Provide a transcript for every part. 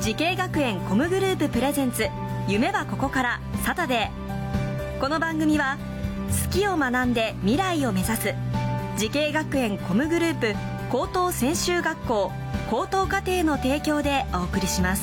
時系学園コムグループプレゼンツ夢はここからサタデー。この番組は好きを学んで未来を目指す時系学園コムグループ高等専修学校高等課程の提供でお送りします。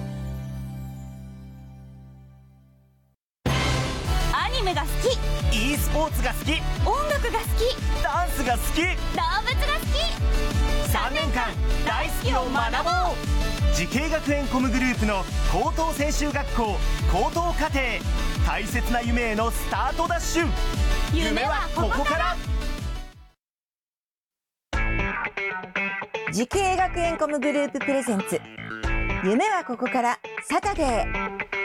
アニメが好き、 e スポーツが好き、 音楽が好き、 ダンスが好き、 動物が好き。 3年間大好きを学ぼう。時系学園コムグループの高等専修学校高等課程、大切な夢へのスタートダッシュ。夢はここから。 時系学園コムグループプレゼンツ夢はここからサタデー。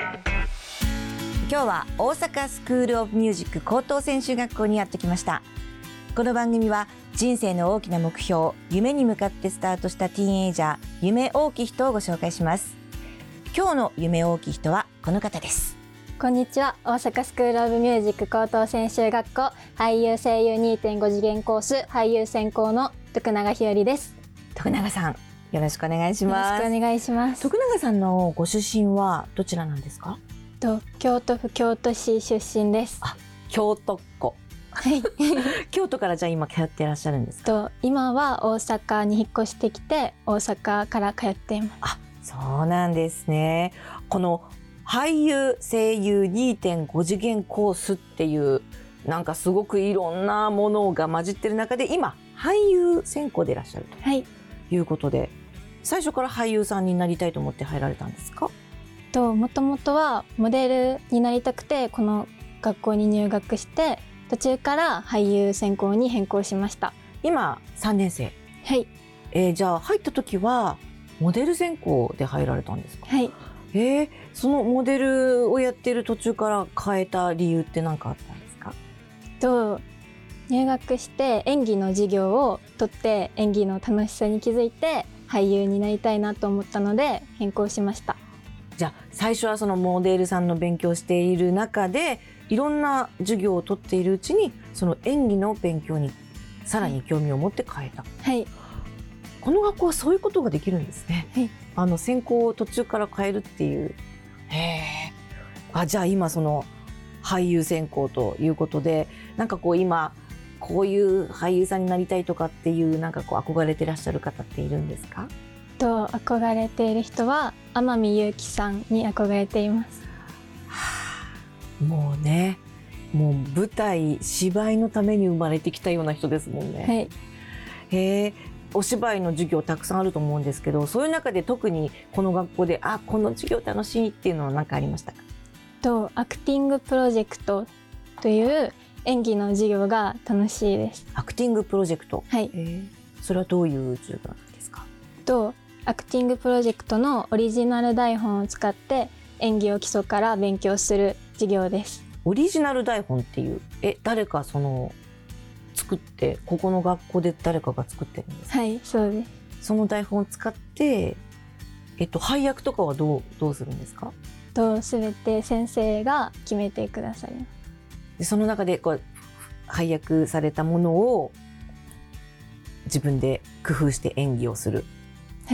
今日は大阪スクールオブミュージック高等専修学校にやってきました。この番組は人生の大きな目標、夢に向かってスタートしたティーンエイジャー、夢大きい人をご紹介します。今日の夢大きい人はこの方です。 こんにちは。大阪スクールオブミュージック高等専修学校俳優声優 2.5 次元コース俳優専攻の徳永日和です。 徳永さん、よろしくお願いします。 よろしくお願いします。 徳永さんのご出身はどちらなんですか？ 京都府京都市出身です。 あ、京都っ子。 はい京都からじゃあ今通っていらっしゃるんですか？ 今は大阪に引っ越してきて大阪から通っています。 あ、そうなんですね。この俳優声優 2.5 次元コースっていうなんかすごくいろんなものが混じってる中で今俳優専攻でいらっしゃるということで、最初から俳優さんになりたいと思って入られたんですか？ もともとはモデルになりたくてこの学校に入学して途中から俳優専攻に変更しました。 今3年生。 はい。 じゃあ入った時はモデル専攻で入られたんですか？ はい。 そのモデルをやってる途中から変えた理由って何かあったんですか？ 入学して演技の授業を取って演技の楽しさに気づいて俳優になりたいなと思ったので変更しました。 じゃあ最初はそのモデルさんの勉強している中でいろんな授業を取っているうちにその演技の勉強にさらに興味を持って変えた。 はい。 この学校はそういうことができるんですね。はい。専攻を途中から変えるっていう。じゃあ今その俳優専攻ということでなんかこう今こういう俳優さんになりたいとかっていうなんかこう憧れてらっしゃる方っているんですか？ 憧れている人は天海祐希さんに憧れています。 もうね、もう舞台芝居のために生まれてきたような人ですもんね。はい。お芝居の授業たくさんあると思うんですけど、そういう中で特にこの学校でこの授業楽しいっていうのは何かありましたか？ アクティングプロジェクトという演技の授業が楽しいです。 アクティングプロジェクト。はい。それはどういう授業なんですか？ アクティングプロジェクトのオリジナル台本を使って演技を基礎から勉強する授業です。 オリジナル台本っていう誰かその作ってここの学校で誰かが作ってるんですか？ はい、そうです。 その台本を使って配役とかはどうするんですか？ すべて先生が決めてくださいます。 でその中でこう配役されたものを自分で工夫して演技をする。 はい。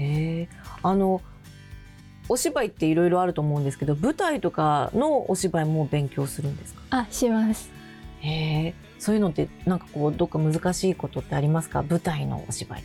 お芝居っていろいろあると思うんですけど、舞台とかのお芝居も勉強するんですか？ します。 そういうのってなんかこうどっか難しいことってありますか？舞台のお芝居って。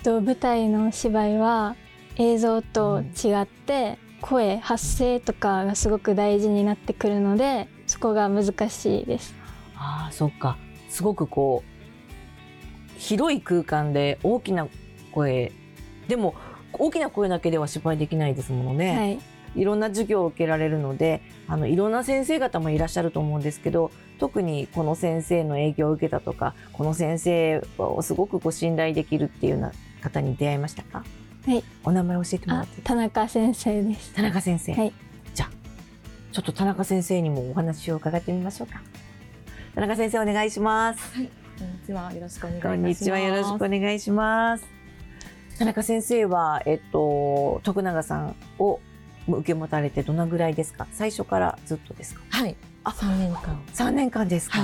舞台のお芝居は映像と違って、声発声とかがすごく大事になってくるのでそこが難しいです。 そっか。すごくこう広い空間で大きな声でも大きな声だけでは芝居できないですものね。はい。いろんな授業を受けられるのでいろんな先生方もいらっしゃると思うんですけど、特にこの先生の影響を受けたとかこの先生をすごくご信頼できるっていうような方に出会いましたか？はい。お名前教えてもらって。 田中先生です。 田中先生。 はい。 じゃあちょっと田中先生にもお話を伺ってみましょうか。田中先生お願いします。 はい。こんにちは。よろしくお願いします。 こんにちは。よろしくお願いします。田中先生は徳永さんを受け持たれてどのぐらいですか？最初からずっとですか？ はい。3年間。 3年間ですか？はい。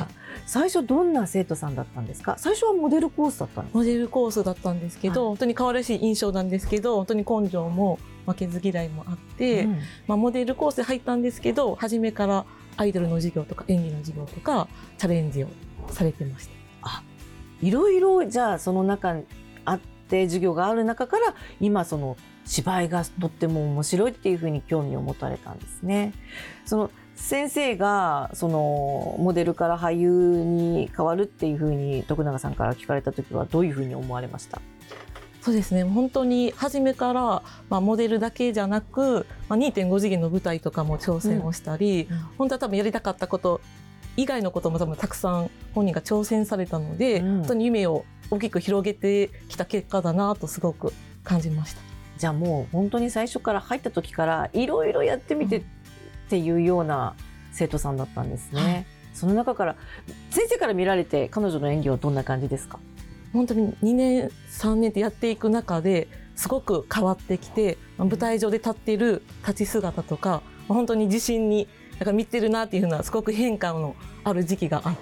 最初どんな生徒さんだったんですか？最初はモデルコースだったんですか？ モデルコースだったんですけど、本当に可愛らしい印象なんですけど、本当に根性も負けず嫌いもあって、モデルコースで入ったんですけど、初めからアイドルの授業とか演技の授業とかチャレンジをされてました。 いろいろじゃあその中にあって授業がある中から今その芝居がとっても面白いっていうふうに興味を持たれたんですね。その先生がそのモデルから俳優に変わるっていうふうに徳永さんから聞かれた時はどういうふうに思われました？ そうですね、本当に初めから、モデルだけじゃなく、2.5 次元の舞台とかも挑戦をしたり、本当は多分やりたかったこと以外のことも多分たくさん本人が挑戦されたので、本当に夢を大きく広げてきた結果だなとすごく感じました。 じゃあもう本当に最初から入った時からいろいろやってみてっていうような生徒さんだったんですね。その中から先生から見られて彼女の演技はどんな感じですか？ 本当に2年3年ってやっていく中ですごく変わってきて、舞台上で立っている立ち姿とか本当に自信に見てるなっていうふうなすごく変化のある時期があって、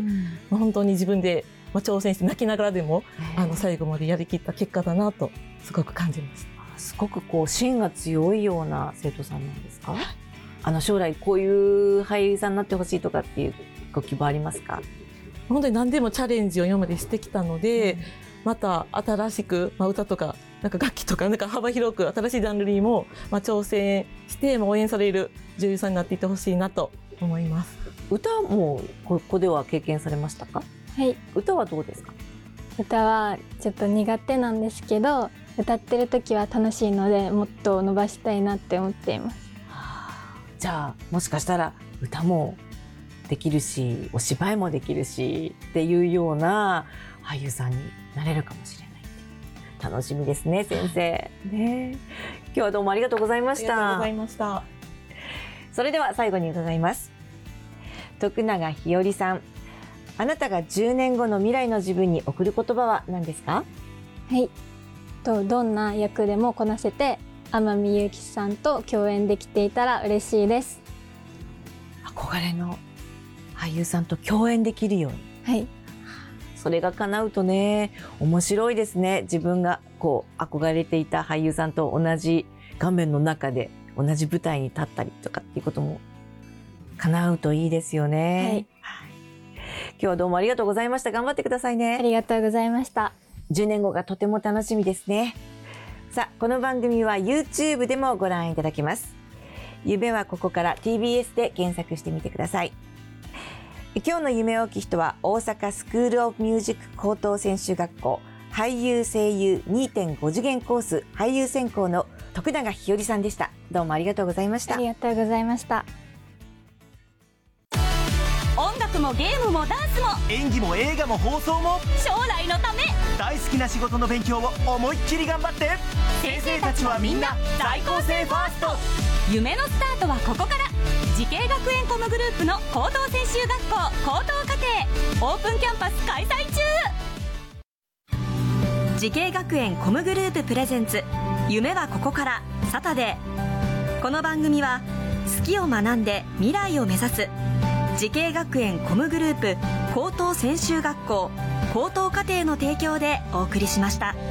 本当に自分で挑戦して泣きながらでも最後までやりきった結果だなとすごく感じました。 すごくこう芯が強いような生徒さんなんですか？将来こういう俳優さんになってほしいとかっていうご希望ありますか？ 本当に何でもチャレンジを今までしてきたので、また新しく、歌とか楽器とか幅広く新しいジャンルにも挑戦して応援される女優さんになっていってほしいなと思います。 歌もここでは経験されましたか？ はい。 歌はどうですか？ 歌はちょっと苦手なんですけど、歌ってる時は楽しいのでもっと伸ばしたいなって思っています。 じゃあもしかしたら歌もできるしお芝居もできるしっていうような俳優さんになれるかもしれない。楽しみですね、先生ね。今日はどうもありがとうございました。 ありがとうございました。 それでは最後に伺います。徳永ひよりさん、あなたが10年後の未来の自分に贈る言葉は何ですか？ はい、どんな役でもこなせて天海祐希さんと共演できていたら嬉しいです。 憧れの俳優さんと共演できるように。 はい。 それが叶うとね、面白いですね。自分がこう憧れていた俳優さんと同じ画面の中で同じ舞台に立ったりとかっていうことも叶うといいですよね。はい。今日はどうもありがとうございました。頑張ってくださいね。 ありがとうございました。 10年後がとても楽しみですね。さあ、この番組は YouTube でもご覧いただけます。夢はここから TBS で検索してみてください。今日の夢大きい人は大阪スクールオブミュージック高等専修学校俳優声優 2.5 次元コース俳優専攻の徳永ひよりさんでした。どうもありがとうございました。 ありがとうございました。 音楽もゲームもダンスも演技も映画も放送も将来のため、 大好きな仕事の勉強を思いっきり頑張って。先生たちはみんな在校生ファースト。 夢のスタートはここから。慈恵学園コムグループの高等専修学校高等課程オープンキャンパス開催中。 慈恵学園コムグループプレゼンツ夢はここからサタデー。この番組は好きを学んで未来を目指す慈恵学園コムグループ高等専修学校高等課程の提供でお送りしました。